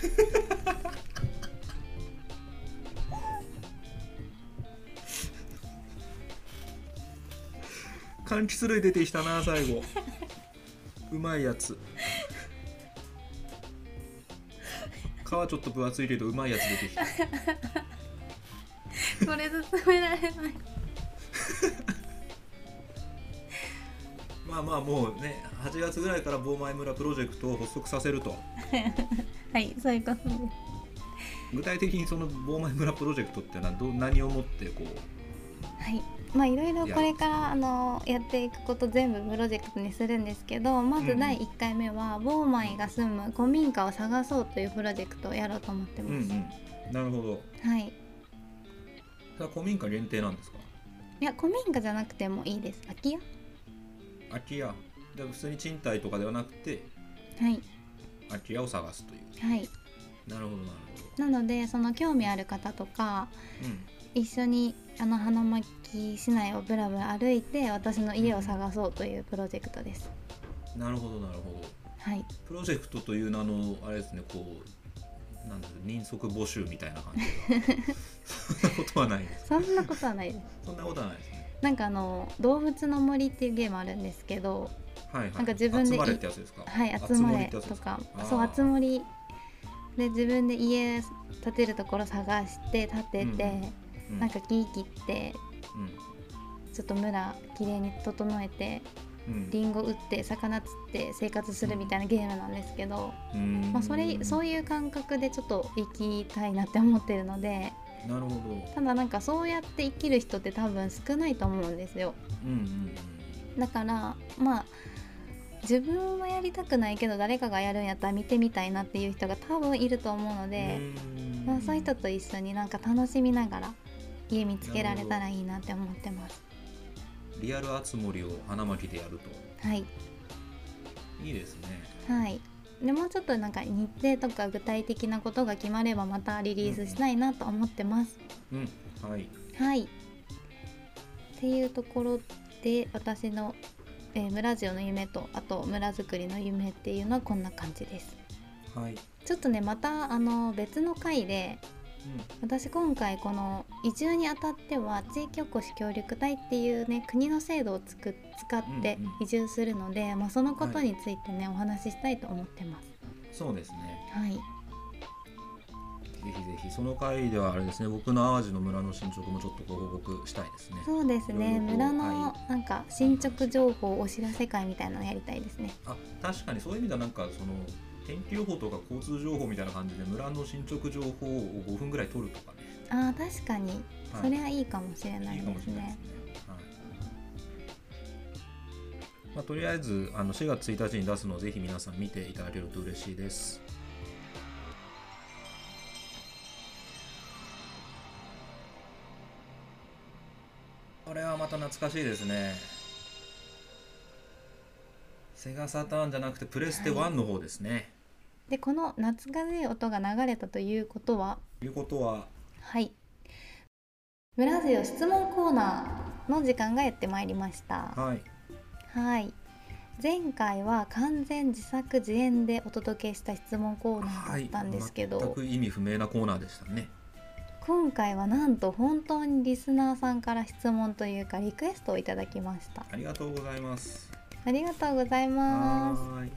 柑橘類出てきたな最後。うまいやつ。皮ちょっと分厚いけどうまいやつ出てきた。 これ進められない。 まあまあもうねはちがつぐらいからボーマイ村プロジェクトを発足させると。 はいそういうことです。 具体的にそのボーマイ村プロジェクトってのはど何をもってこう。 はいまあいろいろこれからあのやっていくこと全部プロジェクトにするんですけど、まずだいいっかいめはボーマイが住む古民家を探そうというプロジェクトをやろうと思ってます。 うんうん、なるほど。 はいそれは古民家限定なんですか？ いや古民家じゃなくてもいいです。空き家。 空き家。じゃあ普通に賃貸とかではなくてはい空き家を探すという。 はい。 なるほどなるほど。 なのでその興味ある方とかうん一緒にあの花巻市内をブラブラ歩いて私の家を探そうというプロジェクトです。 なるほどなるほど。 はいプロジェクトという名のあれですね、こうなんだろう、人足募集みたいな感じでそんなことはないです。 そんなことはないです。 そんなことはないですね。 なんかあの動物の森っていうゲームあるんですけど、 はいはい。 なんか自分で集まれってやつですか？ はい集まれとか、そう集まりで自分で家建てるところ探して建てて、 うん、 なんか木切ってうん、 ちょっと村きれいに整えてうんリンゴ売って魚釣って生活するみたいなゲームなんですけど、 うんまあ、それそういう感覚でちょっと生きたいなって思ってるので、 なるほど。 ただなんかそうやって生きる人って多分少ないと思うんですよ。 うんうんだからまあ自分はやりたくないけど誰かがやるんやったら見てみたいなっていう人が多分いると思うので、 うん、 まあ、そういう人と一緒になんか楽しみながら家見つけられたらいいなって思ってます。 リアルあつ森を花巻でやると。 はいいいですね。 はいでもうちょっとなんか日程とか具体的なことが決まればまたリリースしたいなと思ってます。 うん、はい。 はいっていうところで私のえー、村ジオの夢とあと村づくりの夢っていうのはこんな感じです。 はい、 ちょっとねまたあの別の回で、うん、私今回この移住にあたっては地域おこし協力隊っていうね国の制度をつく使って移住するので、うんうん、まあ、そのことについてね、はい、お話ししたいと思ってます。 そうですね、 はい、ぜひぜひその回ではあれですね、僕の淡路の村の進捗もちょっとご報告したいですね。 そうですね、村のなんか進捗情報お知らせ会みたいなのやりたいですね。 あ、確かにそういう意味ではなんかその天気予報とか交通情報みたいな感じで村の進捗情報をごふんぐらい取るとかね。 あー確かに、はい、それはいいかもしれないですね。いいかもしれないですね。はい、 まあ、とりあえずあのしがつついたちに出すのをぜひ皆さん見ていただけると嬉しいです。これはまた懐かしいですね。セガサターンじゃなくてプレステワンの方ですね。はい、 でこの懐かしい音が流れたということはいうことははい村ジオ質問コーナーの時間がやってまいりました。 はい、 はい、前回は完全自作自演でお届けした質問コーナーだったんですけど、 はい、全く意味不明なコーナーでしたね。 今回はなんと本当にリスナーさんから質問というかリクエストをいただきました。 ありがとうございます。 ありがとうございます。 はい、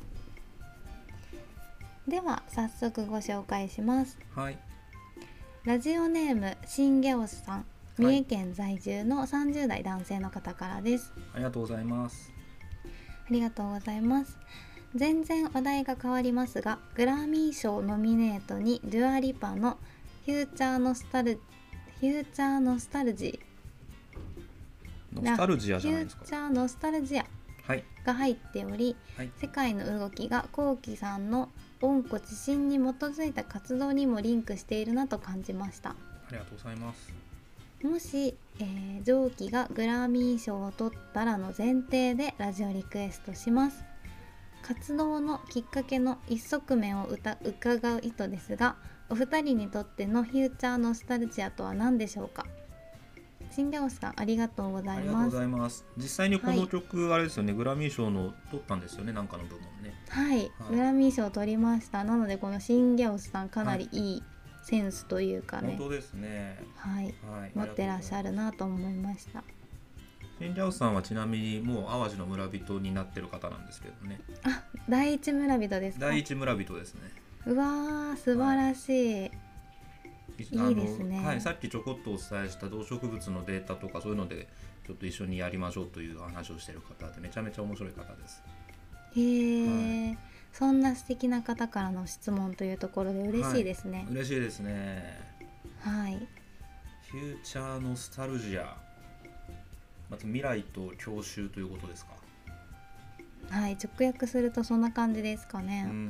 では早速ご紹介します。 はい、 ラジオネームシンゲオスさん、三重県在住のさんじゅう代男性の方からです。 ありがとうございます。 ありがとうございます。全然話題が変わりますが、グラミー賞ノミネートにデュアリパのフューチャーノスタルフューチャーノスタルジーノスタルジアじゃないですか。 フューチャーノスタルジアが入っており、はい、世界の動きがコウキさんの温故知新に基づいた活動にもリンクしているなと感じました。 ありがとうございます。 もし、えー、上記がグラミー賞を取ったらの前提でラジオリクエストします。活動のきっかけの一側面を伺う意図ですが、お二人にとってのフューチャーノスタルジアとは何でしょうか。シンゲオスさんありがとうございます。 ありがとうございます。実際にこの曲、はい、あれですよね、グラミー賞の取ったんですよね、なんかの部門ね。 はい、はい、グラミー賞を取りました。なのでこのシンゲオスさんかなりいいセンスというかね、 はい、本当ですね、 はい、はい、持ってらっしゃるなと思いました。 シンゲオスさんはちなみにもう淡路の村人になってる方なんですけどね。 あ、第一村人ですか。 第一村人ですね。 うわー素晴らしい、はい、いいですね。 はい、さっきちょこっとお伝えした動植物のデータとかそういうのでちょっと一緒にやりましょうという話をしている方でめちゃめちゃ面白い方です。 へー、はい、そんな素敵な方からの質問というところで嬉しいですね。 はい、嬉しいですね。 はい。 フューチャーノスタルジア、また未来と郷愁ということですか。 はい、直訳するとそんな感じですかね。うん、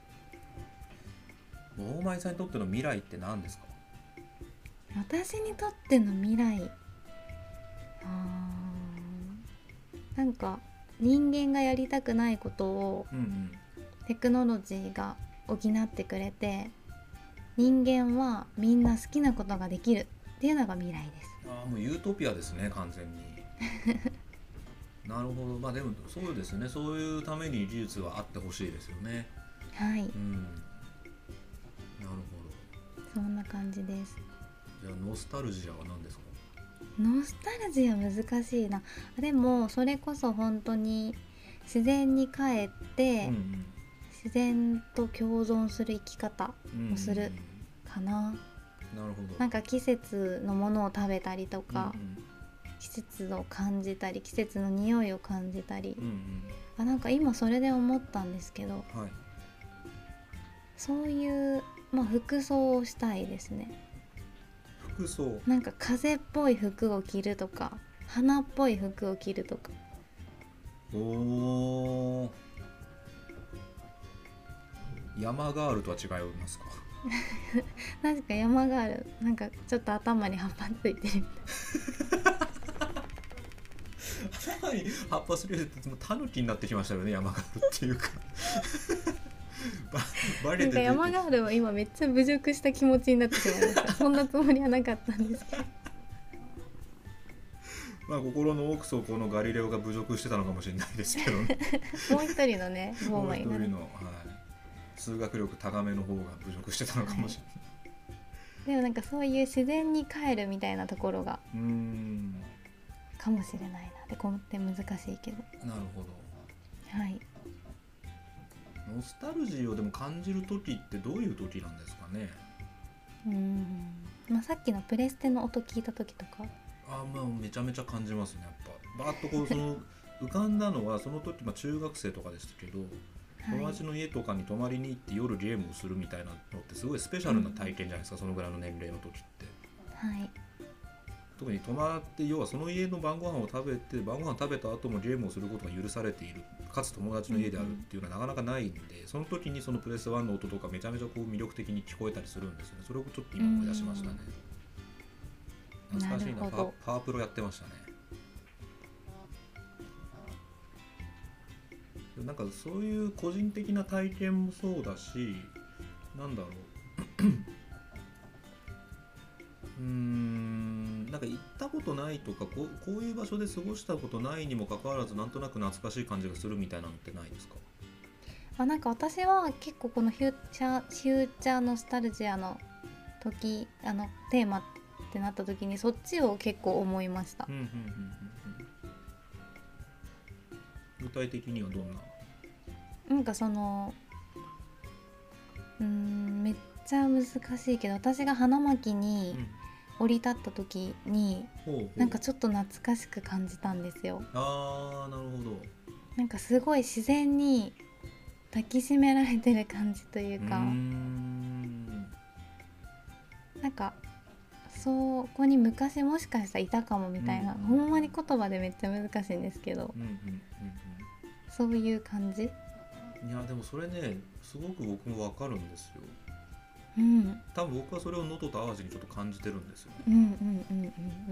大前さんにとっての未来って何ですか。 私にとっての未来、あー、なんか人間がやりたくないことをテクノロジーが補ってくれて、人間はみんな好きなことができるっていうのが未来です。 あー、もうユートピアですね、完全に。なるほど。まあでもそうですね、そういうために技術はあってほしいですよね。 はい、 うん、なるほど。そんな感じです。 じゃあノスタルジアは何ですか。 ノスタルジア難しいな。でもそれこそ本当に自然に帰って、うんうん、自然と共存する生き方をするかな。うんうん、なるほど。なんか季節のものを食べたりとか、うんうん、季節を感じたり季節の匂いを感じたり、うんうん、あ、なんか今それで思ったんですけど、はい、そういう、まあ、服装をしたいですね。 服装、 なんか風っぽい服を着るとか花っぽい服を着るとか。 おー、山ガールとは違いますか。 確か山ガール、なんかちょっと頭に葉っぱついてる。 頭に葉っぱついてるってタヌキになってきましたよね、山ガールっていうか。 バレてて、なんか山ガールは今めっちゃ侮辱した気持ちになってしまいました。そんなつもりはなかったんですけど。 まあ心の奥底のガリレオが侮辱してたのかもしれないですけどねもう一人のねボーもうマイがね。 一人の、はい、数学力高めの方が侮辱してたのかもしれない、はい、 でもなんかそういう自然に帰るみたいなところがうーんかもしれないなってこのって難しいけど。 なるほど。 はい。 ノスタルジーをでも感じる時ってどういう時なんですかね。 うーん、まあ、さっきのプレステの音聞いた時とか。 あ、まあ、めちゃめちゃ感じますね。やっぱバーッとこうその浮かんだのはその時、まあ、中学生とかでしたけど、友達の家とかに泊まりに行って夜ゲームをするみたいなのってすごいスペシャルな体験じゃないですか、うん、そのぐらいの年齢の時って。 はい。 特に泊まって要はその家の晩ご飯を食べて晩ご飯食べた後もゲームをすることが許されているかつ友達の家であるっていうのはなかなかないんで、うんうん、その時にそのプレステワンの音とかめちゃめちゃこう魅力的に聞こえたりするんですね。それをちょっと今思い出しましたね。懐かしいな。パ、パワープロやってましたね。なんかそういう個人的な体験もそうだし、なんだろううーんなんか行ったことないとかこう、こういう場所で過ごしたことないにもかかわらずなんとなく懐かしい感じがするみたいなのってないですか？ あ、なんか私は結構このフューチャー、フューチャーノスタルジアの時あのテーマってなった時にそっちを結構思いました。 うんうんうんうんうん、具体的にはどんな？ なんかそのうーんめっちゃ難しいけど私が花巻に降り立った時に、うん、ほうほうなんかちょっと懐かしく感じたんですよ。 あーなるほど。 なんかすごい自然に抱きしめられてる感じというか、うーんなんかそこに昔もしかしたらいたかもみたいな、うん、ほんまに言葉でめっちゃ難しいんですけど、うんうんうんうん、そういう感じ。 いやでもそれねすごく僕も分かるんですよ、 うん、 多分僕はそれを能登と淡路にちょっと感じてるんですよね、 うんうんうんうんうん、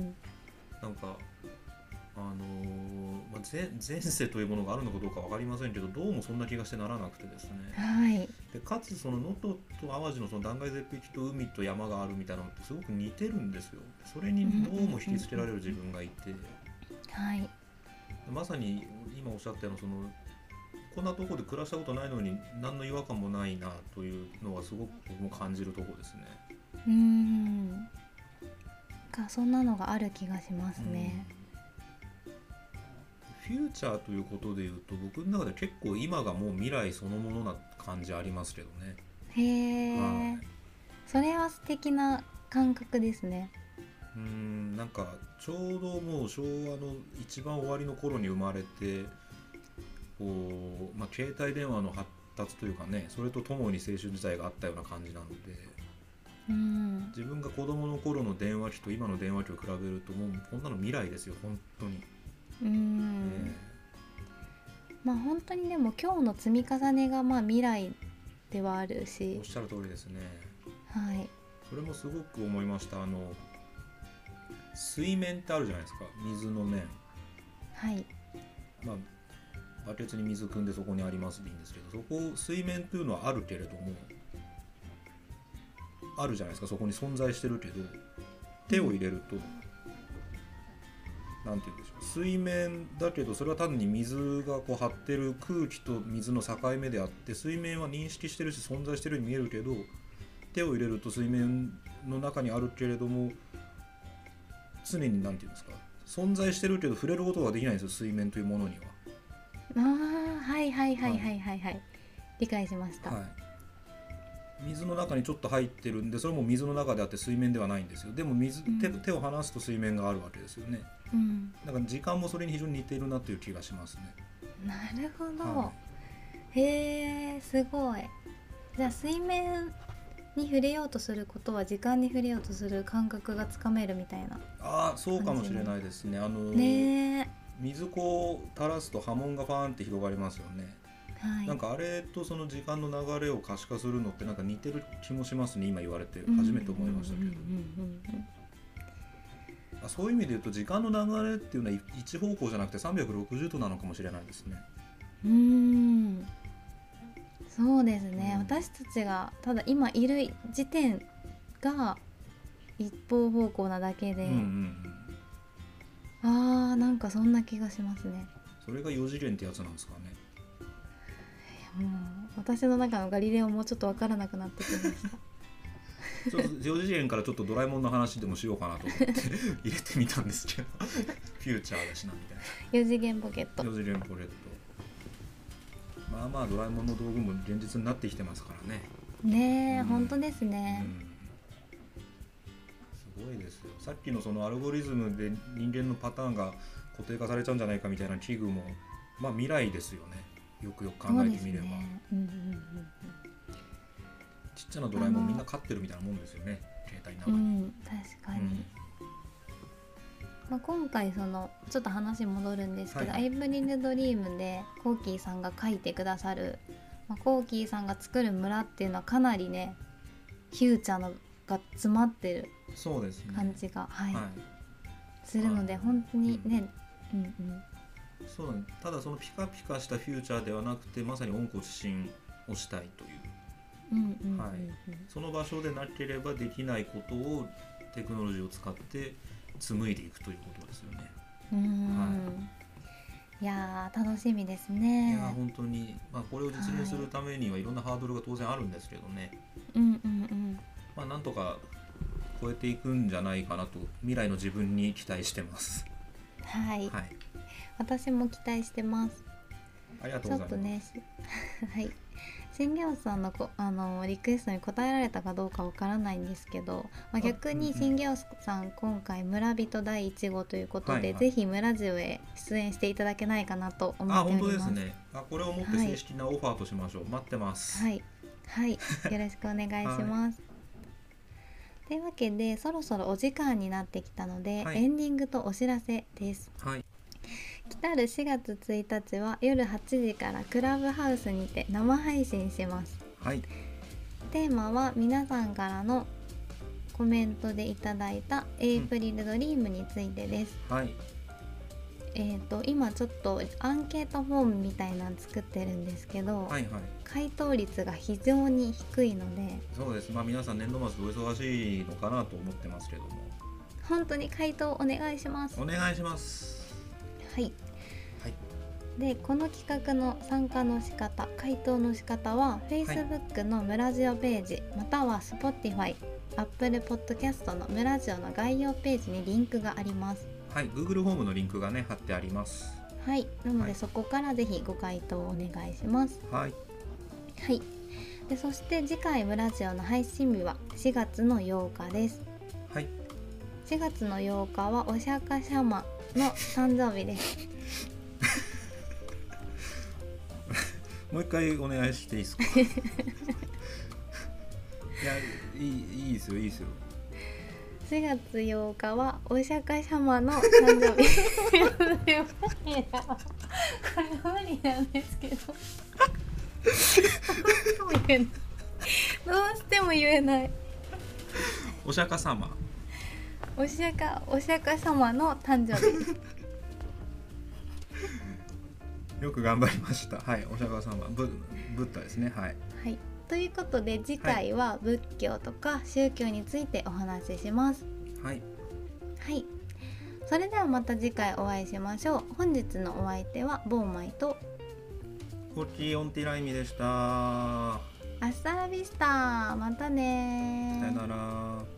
なんかあのーまあ、前, 前世というものがあるのかどうか分かりませんけどどうもそんな気がしてならなくてですね、 はい、 でかつその能登と淡路のその断崖絶壁と海と山があるみたいなのってすごく似てるんですよ。それにどうも引きつけられる自分がいて、 はい、 まさに今おっしゃったようなそのこんなところで暮らしたことないのに何の違和感もないなというのはすごく僕も感じるところですね。 うーんかそんなのがある気がしますね。 フューチャーということでいうと僕の中で結構今がもう未来そのものな感じありますけどね。 へー、はい、それは素敵な感覚ですね。 うーんなんかちょうどもう昭和の一番終わりの頃に生まれてこう、まあ、携帯電話の発達というかねそれとともに青春時代があったような感じなので、うん、自分が子供の頃の電話機と今の電話機を比べるともうこんなの未来ですよ本当に。うーん、えー、まあ本当にでも今日の積み重ねがまあ未来ではあるし、 おっしゃる通りですね。 はい、 それもすごく思いました。あの水面ってあるじゃないですか、水の面。 はい、 まあバケツに水汲んでそこにありますでいいんですけど、そこ水面というのはあるけれどもあるじゃないですか、そこに存在してるけど手を入れると、うん、なんて言うんでしょう、水面だけどそれは単に水がこう張ってる空気と水の境目であって水面は認識してるし存在してるように見えるけど手を入れると水面の中にあるけれども常になんて言うんですか存在してるけど触れることができないんですよ、水面というものには。 ああはいはいはいはいはいはい、理解しました、はい、 水の中にちょっと入ってるんでそれも水の中であって水面ではないんですよ。でも水、うん、手, 手を離すと水面があるわけですよね、うん、だから時間もそれに非常に似ているなという気がしますね。 なるほど、はい、へえすごい。じゃあ水面に触れようとすることは時間に触れようとする感覚がつかめるみたいな。 ああそうかもしれないですね。あのね水こう垂らすと波紋がファーンって広がりますよね、はい、なんかあれとその時間の流れを可視化するのってなんか似てる気もしますね。今言われて初めて思いましたけど、あそういう意味で言うと時間の流れっていうのは一方向じゃなくてさんびゃくろくじゅうどなのかもしれないですね。 うーんそうですね、うん、私たちがただ今いる時点が一方方向なだけで、うんうんうん、 あーなんかそんな気がしますね。 それがよ次元ってやつなんですかね。 もう私の中のガリレオもちょっと分からなくなってきましたちょっとよ次元からちょっとドラえもんの話でもしようかなと思って入れてみたんですけどフューチャーだしなみたいな。 よ次元ポケット。 よ次元ポケット、まあまあドラえもんの道具も現実になってきてますからね。 ねえ、 うん本当ですうね、 ん、すごいですよ。さっきのそのアルゴリズムで人間のパターンが固定化されちゃうんじゃないかみたいな危惧もまあ未来ですよね。よくよく考えてみれば、 ねうんうんうん、 ちっちゃなドラえもんみんな飼ってるみたいなもんですよね、携帯の中うに、 ん、確かに、まあ、今回そのちょっと話戻るんですけど、 はいアイブリルドリームでコーキーさんが書いてくださる、まあ、コーキーさんが作る村っていうのはかなりねフューチャーのが詰まってるそうですね感じが、はいはい、 するので本当にね、うんうんそうね、ただそのピカピカしたフューチャーではなくてまさに温故知新をしたいという、 うんうんうんうん、 はい、その場所でなければできないことをテクノロジーを使って紡いでいくということですよね。 うーん、 はい、 いやー楽しみですいね。 や本当に、まあ、これを実現するためにはいろんなハードルが当然あるんですけどね、 うんうんうんまあ、なんとか超えていくんじゃないかなと未来の自分に期待してます。 はい、 はい、 私も期待してます。 ありがとちょうございます。 っとねはい千行さんのこあのリクエストに答えられたかどうかわからないんですけど、まあ、逆に千行さん今回村人だいいち号ということで、 はいはい、 ぜひ村ジオへ出演していただけないかなと思あっております。 本当ですね。あこれをもって正式なオファーとしましょう、はい、待ってます。 はいはいよろしくお願いします、はい、というわけでそろそろお時間になってきたので、はい、エンディングとお知らせです。 はい、 来たるしがつついたちは夜はちじからクラブハウスにて生配信します。 はい、 テーマは皆さんからのコメントでいただいたエイプリルドリームについてです、 はい、 えーと今ちょっとアンケートフォームみたいなの作ってるんですけど、 はいはい、 回答率が非常に低いので、 そうです、まあ、皆さん年度末お忙しいのかなと思ってますけども本当に回答お願いします。 お願いします。 はい、はい、でこの企画の参加の仕方、回答の仕方は Facebook の村ジオページ、はい、または Spotify、Apple Podcast の村ジオの概要ページにリンクがあります。 はい、Google フォームのリンクがね貼ってあります。 はい、なのでそこからぜひご回答をお願いします。 はい、 はい、でそして次回村ジオの配信日はしがつのようかです。 はい、 しがつのようかはお釈迦様の誕生日ですもう一回お願いしていいですかいやいい、いいですよいいですよ。 しがつようかはお釈迦様の誕生日これ無理なんですけどどうしても言えないお釈迦様お釈迦お釈迦様の誕生日よく頑張りました。はい、お釈迦様、ブブッダですね。はい、 はい、ということで次回は仏教とか宗教についてお話しします。 はい、 はい、それではまた次回お会いしましょう。本日のお相手はボーマイとコッキーオンティライミでした。 アスタラビスタ、またね。 さよなら。